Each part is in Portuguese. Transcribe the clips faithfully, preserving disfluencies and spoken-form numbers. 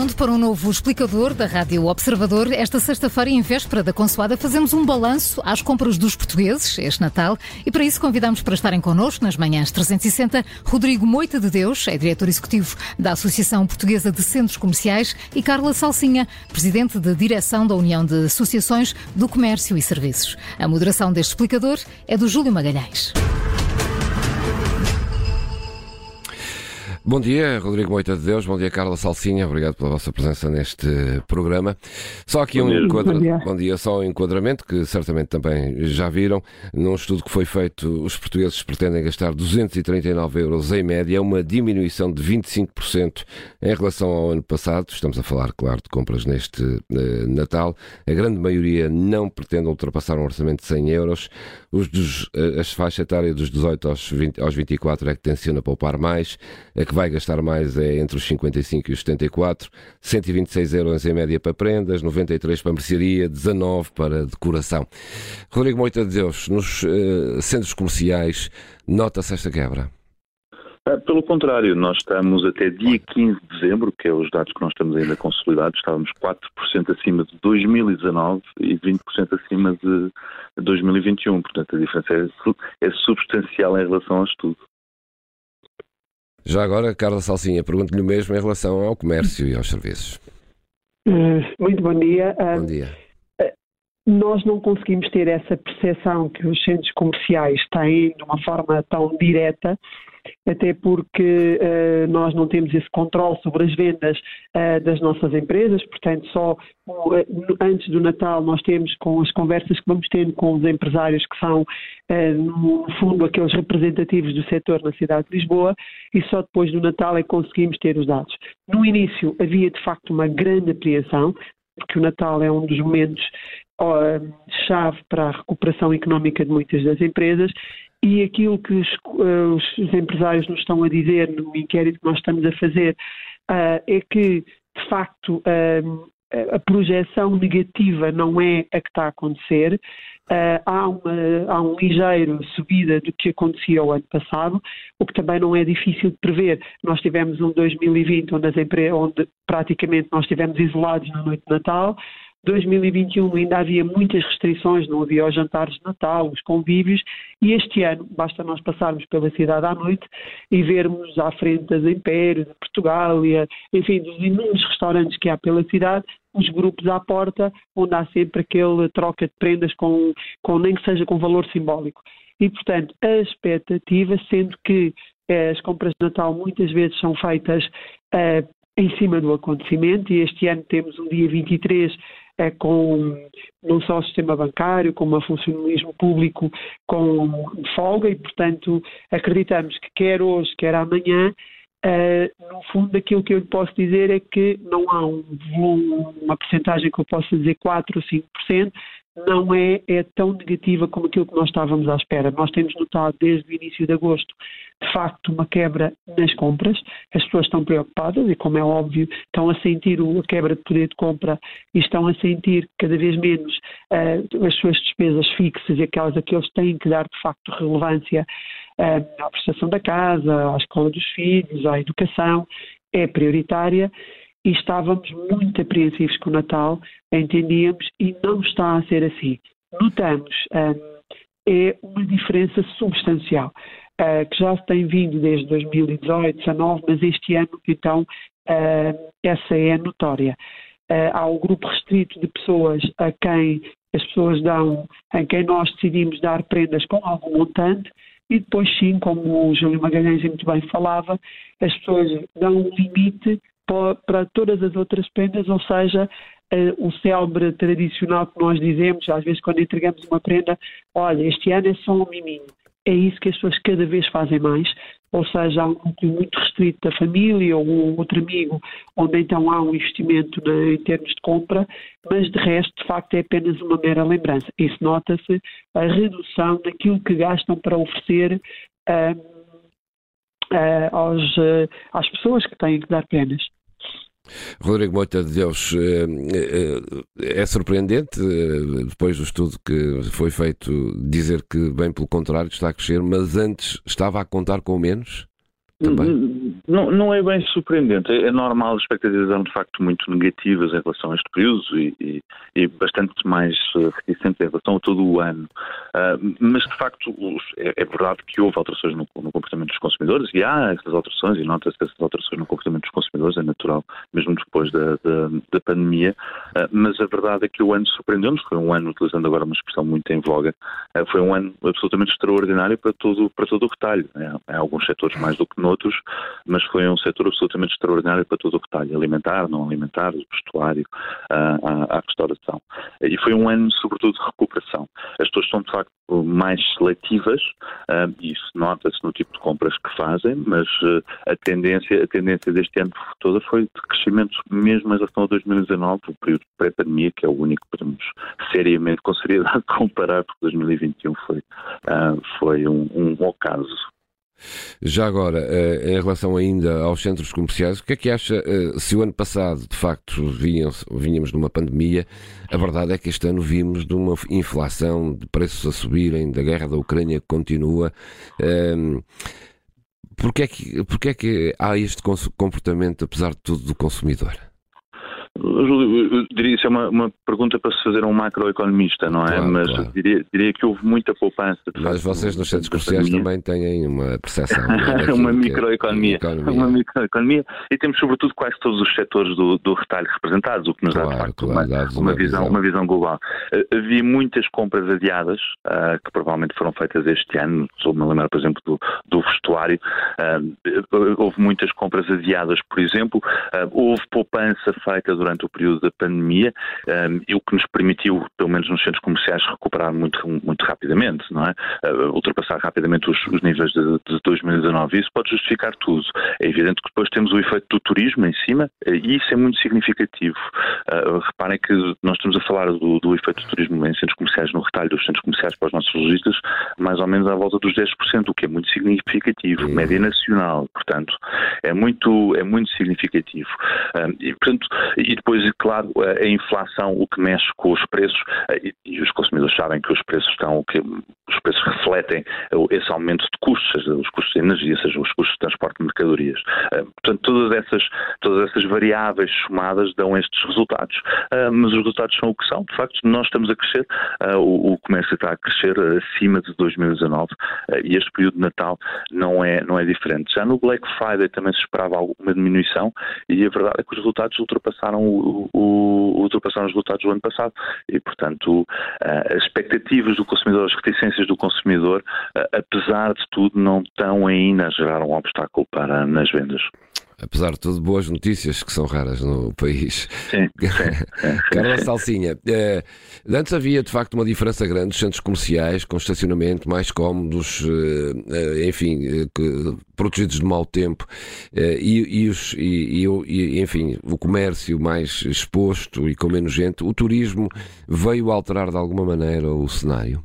pronto para um novo explicador da Rádio Observador. Esta sexta-feira, em véspera da Consoada, fazemos um balanço às compras dos portugueses este Natal e para isso convidamos para estarem connosco nas manhãs trezentos e sessenta Rodrigo Moita de Deus, é diretor executivo da Associação Portuguesa de Centros Comerciais, e Carla Salsinha, presidente de direção da União de Associações do Comércio e Serviços. A moderação deste explicador é do Júlio Magalhães. Bom dia, Rodrigo Moita de Deus. Bom dia, Carla Salsinha. Obrigado pela vossa presença neste programa. Só aqui um, enquadra... Bom dia. Bom dia. Só um enquadramento que certamente também já viram. Num estudo que foi feito, os portugueses pretendem gastar duzentos e trinta e nove euros em média, uma diminuição de vinte e cinco por cento em relação ao ano passado. Estamos a falar, claro, de compras neste uh, Natal. A grande maioria não pretende ultrapassar um orçamento de cem euros. Os dos, uh, as faixa etária dos dezoito aos, vinte, aos vinte e quatro é que tenciona poupar mais. A que vai gastar mais é entre os cinquenta e cinco e os setenta e quatro, cento e vinte e seis euros em média para prendas, noventa e três para mercearia, dezanove para decoração. Rodrigo Moita de Deus, nos uh, centros comerciais, nota-se esta quebra? Pelo contrário, nós estamos até dia quinze de dezembro, que é os dados que nós estamos ainda consolidados, estávamos quatro por cento acima de dois mil e dezanove e vinte por cento acima de dois mil e vinte e um, portanto a diferença é, é substancial em relação ao estudo. Já agora, Carla Salsinha, pergunto-lhe o mesmo em relação ao comércio e aos serviços. Muito bom dia. Bom dia. Nós não conseguimos ter essa percepção que os centros comerciais têm de uma forma tão direta, até porque uh, nós não temos esse controle sobre as vendas uh, das nossas empresas, portanto só uh, antes do Natal nós temos, com as conversas que vamos tendo com os empresários que são uh, no fundo aqueles representativos do setor na cidade de Lisboa, e só depois do Natal é que conseguimos ter os dados. No início havia de facto uma grande apreensão, porque o Natal é um dos momentos uh, chave para a recuperação económica de muitas das empresas. E aquilo que os, uh, os empresários nos estão a dizer no inquérito que nós estamos a fazer uh, é que, de facto, uh, a projeção negativa não é a que está a acontecer. Uh, há, uma, há um ligeiro subida do que acontecia o ano passado, o que também não é difícil de prever. Nós tivemos um dois mil e vinte onde, as empre- onde praticamente nós estivemos isolados na noite de Natal. dois mil e vinte e um ainda havia muitas restrições, não havia os jantares de Natal, os convívios, e este ano basta nós passarmos pela cidade à noite e vermos à frente das Impérios, de Portugal, e, enfim, dos inúmeros restaurantes que há pela cidade, os grupos à porta, onde há sempre aquele troca de prendas com, com nem que seja com valor simbólico. E, portanto, a expectativa, sendo que eh, as compras de Natal muitas vezes são feitas eh, em cima do acontecimento, e este ano temos um dia vinte e três é, com não só o sistema bancário, como o funcionalismo público com folga, e portanto acreditamos que quer hoje, quer amanhã, uh, no fundo aquilo que eu lhe posso dizer é que não há um volume, uma percentagem que eu possa dizer quatro ou cinco por cento, não é, é tão negativa como aquilo que nós estávamos à espera. Nós temos notado desde o início de agosto, de facto, uma quebra nas compras. As pessoas estão preocupadas e, como é óbvio, estão a sentir a quebra de poder de compra e estão a sentir cada vez menos uh, as suas despesas fixas e aquelas a que eles têm que dar, de facto, relevância uh, à prestação da casa, à escola dos filhos, à educação, é prioritária. E estávamos muito apreensivos com o Natal, entendíamos, e não está a ser assim. Notamos, um, é uma diferença substancial, uh, que já se tem vindo desde dois mil e dezoito, dezanove, mas este ano, então, uh, essa é notória. Uh, há um grupo restrito de pessoas a quem as pessoas dão, a quem nós decidimos dar prendas com algum montante, e depois sim, como o Júlio Magalhães muito bem falava, as pessoas dão um limite para todas as outras prendas, ou seja, uh, o célebre tradicional que nós dizemos, às vezes quando entregamos uma prenda, olha, este ano é só um miminho. É isso que as pessoas cada vez fazem mais, ou seja, há um núcleo muito restrito da família ou um outro amigo, onde então há um investimento na, em termos de compra, mas de resto, de facto, é apenas uma mera lembrança. Isso nota-se a redução daquilo que gastam para oferecer uh, Uh, aos, uh, às pessoas que têm que dar prendas. Rodrigo Moita de Deus, é surpreendente, depois do estudo que foi feito, dizer que, bem pelo contrário, está a crescer, mas antes estava a contar com menos? também? Não, não é bem surpreendente. É normal, as expectativas eram de facto muito negativas em relação a este período e, e, e bastante mais reticentes em relação a todo o ano. Uh, mas de facto é, é verdade que houve alterações no, no comportamento dos consumidores e há essas alterações e nota-se essas alterações no comportamento dos consumidores, é natural, mesmo depois da, da, da pandemia. Uh, mas a verdade é que o ano surpreendeu-nos. Foi um ano, utilizando agora uma expressão muito em voga, uh, foi um ano absolutamente extraordinário para todo, para todo o retalho. Em alguns setores mais do que noutros, mas foi um setor absolutamente extraordinário para todo o retalho, alimentar, não alimentar, vestuário, a, a restauração. E foi um ano, sobretudo, de recuperação. As pessoas são, de facto, mais seletivas, e isso nota-se no tipo de compras que fazem, mas a tendência, a tendência deste ano toda foi de crescimento mesmo em relação a dois mil e dezanove, o período pré-pandemia, que é o único que podemos seriamente, com seriedade, comparar, porque dois mil e vinte e um foi, foi um, um ocaso. Já agora, em relação ainda aos centros comerciais, o que é que acha, se o ano passado, de facto, vínhamos numa pandemia, a verdade é que este ano vimos de uma inflação, de preços a subirem, da guerra da Ucrânia que continua. Porquê é que, porquê é que há este comportamento, apesar de tudo, do consumidor? Júlio, eu diria que isso é uma, uma pergunta para se fazer a um macroeconomista, não é? Claro, Mas claro. Diria, diria que houve muita poupança. Mas facto, vocês nos centros comerciais também têm uma percepção. uma microeconomia. É uma microeconomia. E temos, sobretudo, quase todos os setores do, do retalho representados, o que nos claro, dá, de facto, claro, uma, uma, uma, visão, visão. uma visão global. Uh, havia muitas compras adiadas, uh, que provavelmente foram feitas este ano. Estou-me a lembrar, por exemplo, do, do vestuário. Uh, houve muitas compras adiadas, por exemplo. Uh, houve poupança feita durante o período da pandemia, um, e o que nos permitiu, pelo menos nos centros comerciais, recuperar muito, muito rapidamente, não é? Uh, ultrapassar rapidamente os, os níveis de, de dois mil e dezanove. Isso pode justificar tudo. É evidente que depois temos o efeito do turismo em cima, uh, e isso é muito significativo. Uh, reparem que nós estamos a falar do, do efeito do turismo em centros comerciais, no retalho dos centros comerciais para os nossos lojistas, mais ou menos à volta dos dez por cento, o que é muito significativo, Sim. Média nacional, portanto, é muito, é muito significativo. Uh, e, portanto, e depois, claro, a inflação, o que mexe com os preços, e, e os consumidores sabem que os preços estão, que os preços refletem esse aumento de custos, seja os custos de energia, seja os custos de transporte de mercadorias. Portanto, todas essas, todas essas variáveis somadas dão estes resultados. Mas os resultados são o que são. De facto, nós estamos a crescer, o comércio está a crescer acima de dois mil e dezanove, e este período de Natal não é, não é diferente. Já no Black Friday também se esperava alguma diminuição, e a verdade é que os resultados ultrapassaram o, o, ultrapassaram os resultados do ano passado e, portanto, as expectativas do consumidor, as reticências do consumidor, apesar de tudo, não estão ainda a gerar um obstáculo para nas vendas. Apesar de tudo, boas notícias que são raras no país. Sim, sim, sim. Carla Salsinha, eh, antes havia de facto uma diferença grande dos centros comerciais com estacionamento mais cómodos, eh, enfim, eh, que, protegidos de mau tempo, eh, e, e, os, e, e, enfim, o comércio mais exposto e com menos gente. O turismo veio alterar de alguma maneira o cenário?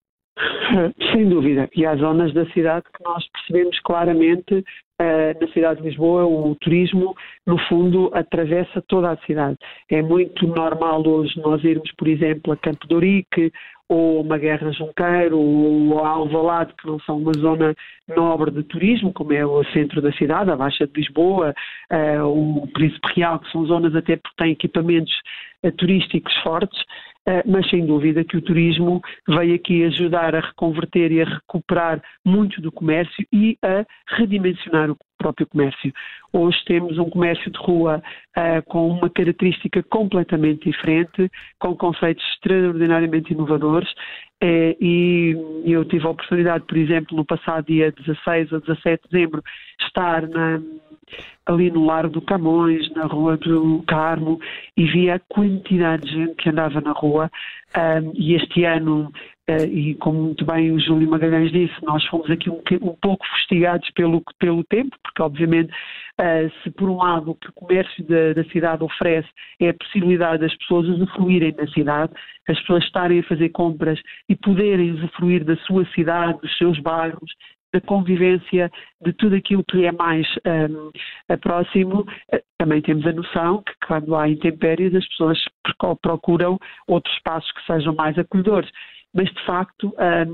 Sem dúvida, e há zonas da cidade que nós percebemos claramente, uh, na cidade de Lisboa, o turismo, no fundo, atravessa toda a cidade. É muito normal hoje nós irmos, por exemplo, a Campo de Ourique, ou uma Guerra Junqueiro, ou a Alvalade, que não são uma zona nobre de turismo, como é o centro da cidade, a Baixa de Lisboa, uh, o Príncipe Real, que são zonas até porque têm equipamentos uh, turísticos fortes. Uh, mas sem dúvida que o turismo veio aqui ajudar a reconverter e a recuperar muito do comércio e a redimensionar o próprio comércio. Hoje temos um comércio de rua uh, com uma característica completamente diferente, com conceitos extraordinariamente inovadores, uh, e eu tive a oportunidade, por exemplo, no passado dia dezasseis ou dezassete de dezembro, estar na... ali no Largo do Camões, na Rua do Carmo, e via a quantidade de gente que andava na rua, um, e este ano, uh, e como muito bem o Júlio Magalhães disse, nós fomos aqui um, um pouco fustigados pelo, pelo tempo, porque obviamente uh, se por um lado o que o comércio da, da cidade oferece é a possibilidade das pessoas usufruírem da cidade, as pessoas estarem a fazer compras e poderem usufruir da sua cidade, dos seus bairros, da convivência, de tudo aquilo que é mais um, próximo, também temos a noção que quando há intempéries as pessoas procuram outros espaços que sejam mais acolhedores. Mas, de facto, um,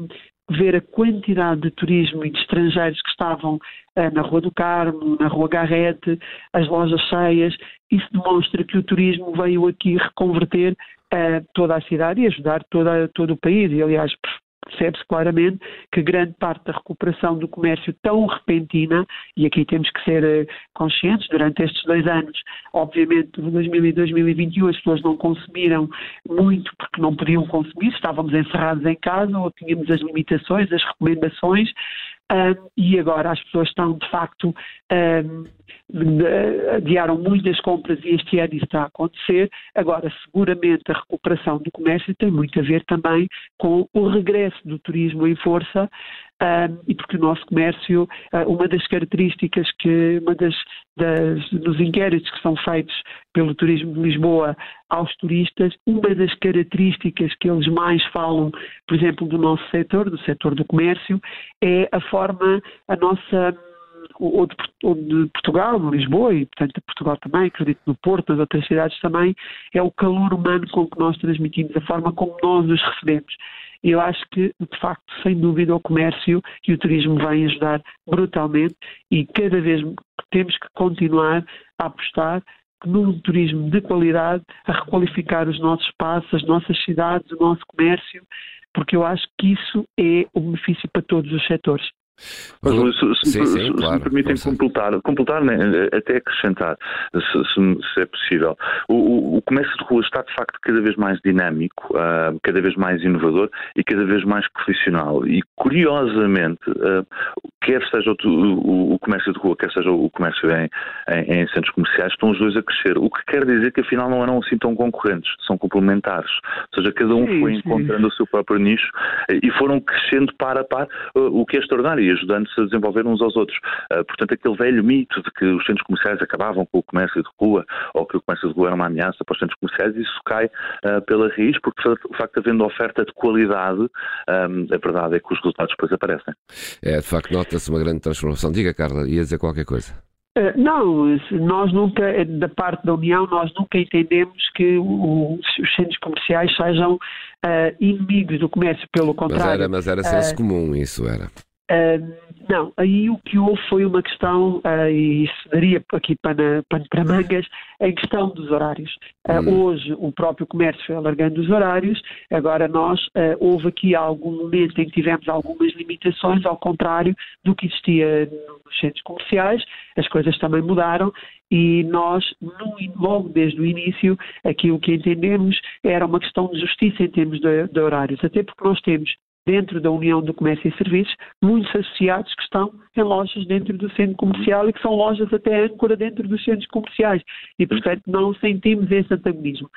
ver a quantidade de turismo e de estrangeiros que estavam uh, na Rua do Carmo, na Rua Garrete, as lojas cheias. Isso demonstra que o turismo veio aqui reconverter uh, toda a cidade e ajudar toda, todo o país. E, aliás, percebe-se claramente que grande parte da recuperação do comércio tão repentina, e aqui temos que ser uh, conscientes, durante estes dois anos, obviamente, de dois mil e dois mil e vinte e um, as pessoas não consumiram muito porque não podiam consumir, estávamos encerrados em casa ou tínhamos as limitações, as recomendações, um, e agora as pessoas estão, de facto, um, adiaram muitas compras e este ano isso está a acontecer. Agora, seguramente a recuperação do comércio tem muito a ver também com o regresso do turismo em força, um, e porque o nosso comércio, uh, uma das características que, uma das, das dos inquéritos que são feitos pelo Turismo de Lisboa aos turistas, uma das características que eles mais falam, por exemplo, do nosso setor, do setor do comércio, é a forma, a nossa... Ou de, ou de Portugal, de Lisboa, e portanto de Portugal também, acredito no Porto, nas outras cidades também, é o calor humano com que nós transmitimos, a forma como nós os recebemos. E eu acho que, de facto, sem dúvida, o comércio e o turismo vêm ajudar brutalmente, e cada vez temos que continuar a apostar num turismo de qualidade, a requalificar os nossos espaços, as nossas cidades, o nosso comércio, porque eu acho que isso é um benefício para todos os setores. Mas, se, se, sim, sim, se, claro, se me permitem completar, completar né, até acrescentar, se, se, se é possível. O, o, o comércio de rua está de facto cada vez mais dinâmico, uh, cada vez mais inovador e cada vez mais profissional. E curiosamente, uh, quer seja o, o, o comércio de rua, quer seja o comércio em, em, em centros comerciais, estão os dois a crescer. O que quer dizer que afinal não eram assim tão concorrentes, são complementares. Ou seja, cada um sim, foi sim. encontrando o seu próprio nicho e foram crescendo par a par, uh, o que é extraordinário, e ajudando-se a desenvolver uns aos outros. Uh, portanto, aquele velho mito de que os centros comerciais acabavam com o comércio de rua ou que o comércio de rua era uma ameaça para os centros comerciais, isso cai uh, pela raiz, porque de facto, havendo oferta de qualidade, um, a verdade é que os resultados depois aparecem. É, de facto, nota-se uma grande transformação. Diga, Carla, ia dizer qualquer coisa. Uh, não, nós nunca, da parte da União, nós nunca entendemos que o, os centros comerciais sejam uh, inimigos do comércio, pelo contrário. Mas era, mas era senso uh, comum, isso era. Uh, não, aí o que houve foi uma questão, uh, e isso daria aqui para, para, para mangas, em questão dos horários. Uh, hum. Hoje o próprio comércio foi alargando os horários, agora nós, uh, houve aqui algum momento em que tivemos algumas limitações, ao contrário do que existia nos centros comerciais, as coisas também mudaram e nós, no, logo desde o início, aquilo que entendemos era uma questão de justiça em termos de, de horários, até porque nós temos dentro da União do Comércio e Serviços, muitos associados que estão em lojas dentro do centro comercial e que são lojas até âncora dentro dos centros comerciais e, portanto, não sentimos esse antagonismo.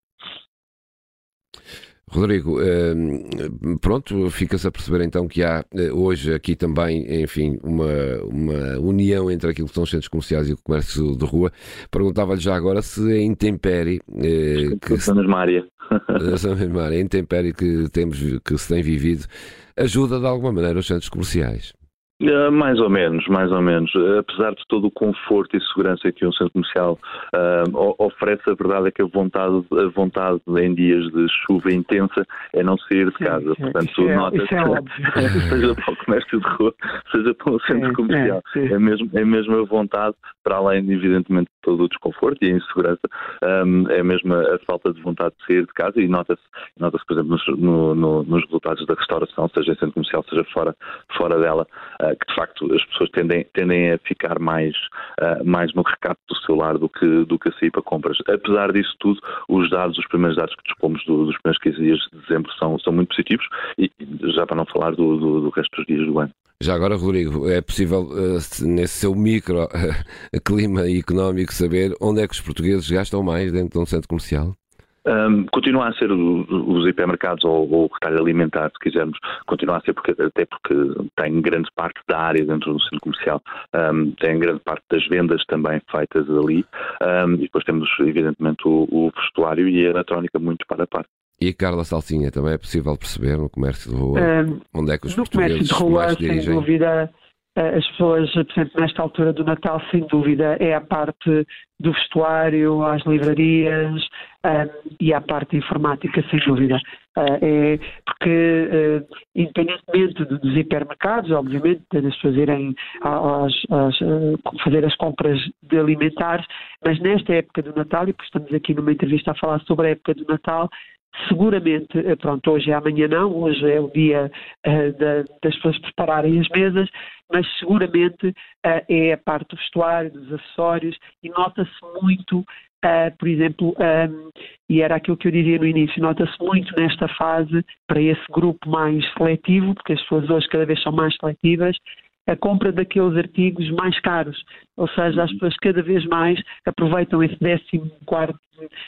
Rodrigo, pronto, fica-se a perceber então que há hoje aqui também, enfim, uma, uma união entre aquilo que são os centros comerciais e o comércio de rua. Perguntava-lhe já agora se a intempérie... Que essa mesma área. Essa mesma área, a intempérie que, temos, que se tem vivido, ajuda de alguma maneira os centros comerciais? Uh, mais ou menos, mais ou menos. Uh, apesar de todo o conforto e segurança que um centro comercial uh, oferece, a verdade é que a vontade, a vontade em dias de chuva intensa é não sair de casa. Sim, Portanto, isso é, nota-se, é seja para o comércio de rua, seja para o centro sim, comercial, sim, sim. É, mesmo, é mesmo a vontade, para além, evidentemente, de todo o desconforto e a insegurança, um, é mesmo a, a falta de vontade de sair de casa e nota-se, nota-se por exemplo, nos, no, no, nos resultados da restauração, seja em centro comercial, seja fora, fora dela, que de facto as pessoas tendem, tendem a ficar mais, uh, mais no recato do seu lar do que, do que a sair para compras. Apesar disso tudo, os dados, os primeiros dados que dispomos do, dos primeiros quinze dias de dezembro são, são muito positivos e já para não falar do, do, do resto dos dias do ano. Já agora, Rodrigo, é possível, uh, nesse seu micro uh, clima económico, saber onde é que os portugueses gastam mais dentro de um centro comercial? Um, continua a ser os hipermercados ou, ou o retalho alimentar, se quisermos, continua a ser porque, até porque tem grande parte da área dentro do centro comercial, um, tem grande parte das vendas também feitas ali, um, e depois temos evidentemente o, o vestuário e a eletrónica muito para a parte. E Carla Salsinha, também é possível perceber no comércio de rua um, onde é que os no portugueses comércio de rua, mais se dirigem? Sem dúvida, as pessoas, por exemplo, nesta altura do Natal, sem dúvida, é a parte do vestuário, às livrarias um, e à parte informática, sem dúvida. Uh, é porque, uh, independentemente dos hipermercados, obviamente, das pessoas irem aos, aos, uh, fazer as compras de alimentares, mas nesta época do Natal, e porque estamos aqui numa entrevista a falar sobre a época do Natal, seguramente, pronto, hoje é amanhã não, hoje é o dia uh, da, das pessoas prepararem as mesas, mas seguramente uh, é a parte do vestuário, dos acessórios, e nota-se muito, uh, por exemplo, um, e era aquilo que eu dizia no início, nota-se muito nesta fase, para esse grupo mais seletivo, porque as pessoas hoje cada vez são mais seletivas, a compra daqueles artigos mais caros, ou seja, as pessoas cada vez mais aproveitam esse décimo quarto,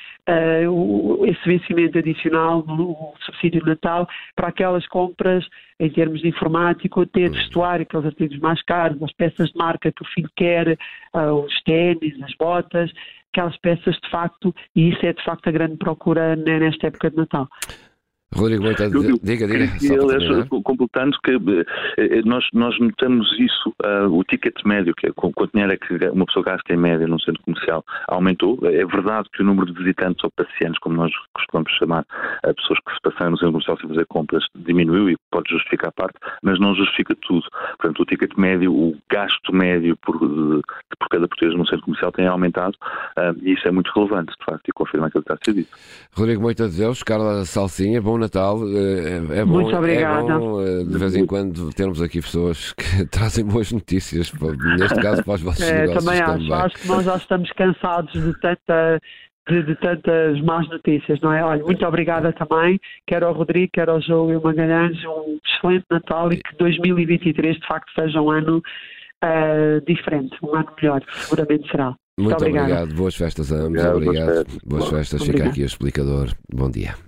uh, esse vencimento adicional no subsídio de Natal para aquelas compras em termos de informático, até de vestuário, aqueles artigos mais caros, as peças de marca que o filho quer, uh, os ténis, as botas, aquelas peças de facto, e isso é de facto a grande procura nesta época de Natal. Rodrigo Moita, diga, diga. E, aliás, completando que nós, nós notamos isso, uh, o ticket médio, que é quanto dinheiro é que uma pessoa gasta em média num centro comercial, aumentou. É verdade que o número de visitantes ou pacientes, como nós costumamos chamar, a pessoas que se passam no centro comercial sem fazer compras, diminuiu e pode justificar parte, mas não justifica tudo. Portanto, o ticket médio, o gasto médio por, de, por cada português num centro comercial tem aumentado, uh, e isso é muito relevante, de facto, e confirma aquilo que está a ser dito. Rodrigo Moita de Deus, Carla Salsinha, bom Natal. É, é bom, muito obrigada. É bom de vez em quando termos aqui pessoas que trazem boas notícias, neste caso para os vossos é, negócios também. Acho, também. acho que nós já estamos cansados de tanta... De, de tantas más notícias, não é? Olha, muito obrigada também, quer ao Rodrigo, quer ao João e ao Magalhães, um excelente Natal e que dois mil e vinte e três de facto seja um ano uh, diferente, um ano melhor, seguramente será. Muito, muito obrigado, boas festas a ambos, obrigado. obrigado. Boas festas, fica aqui o explicador, bom dia.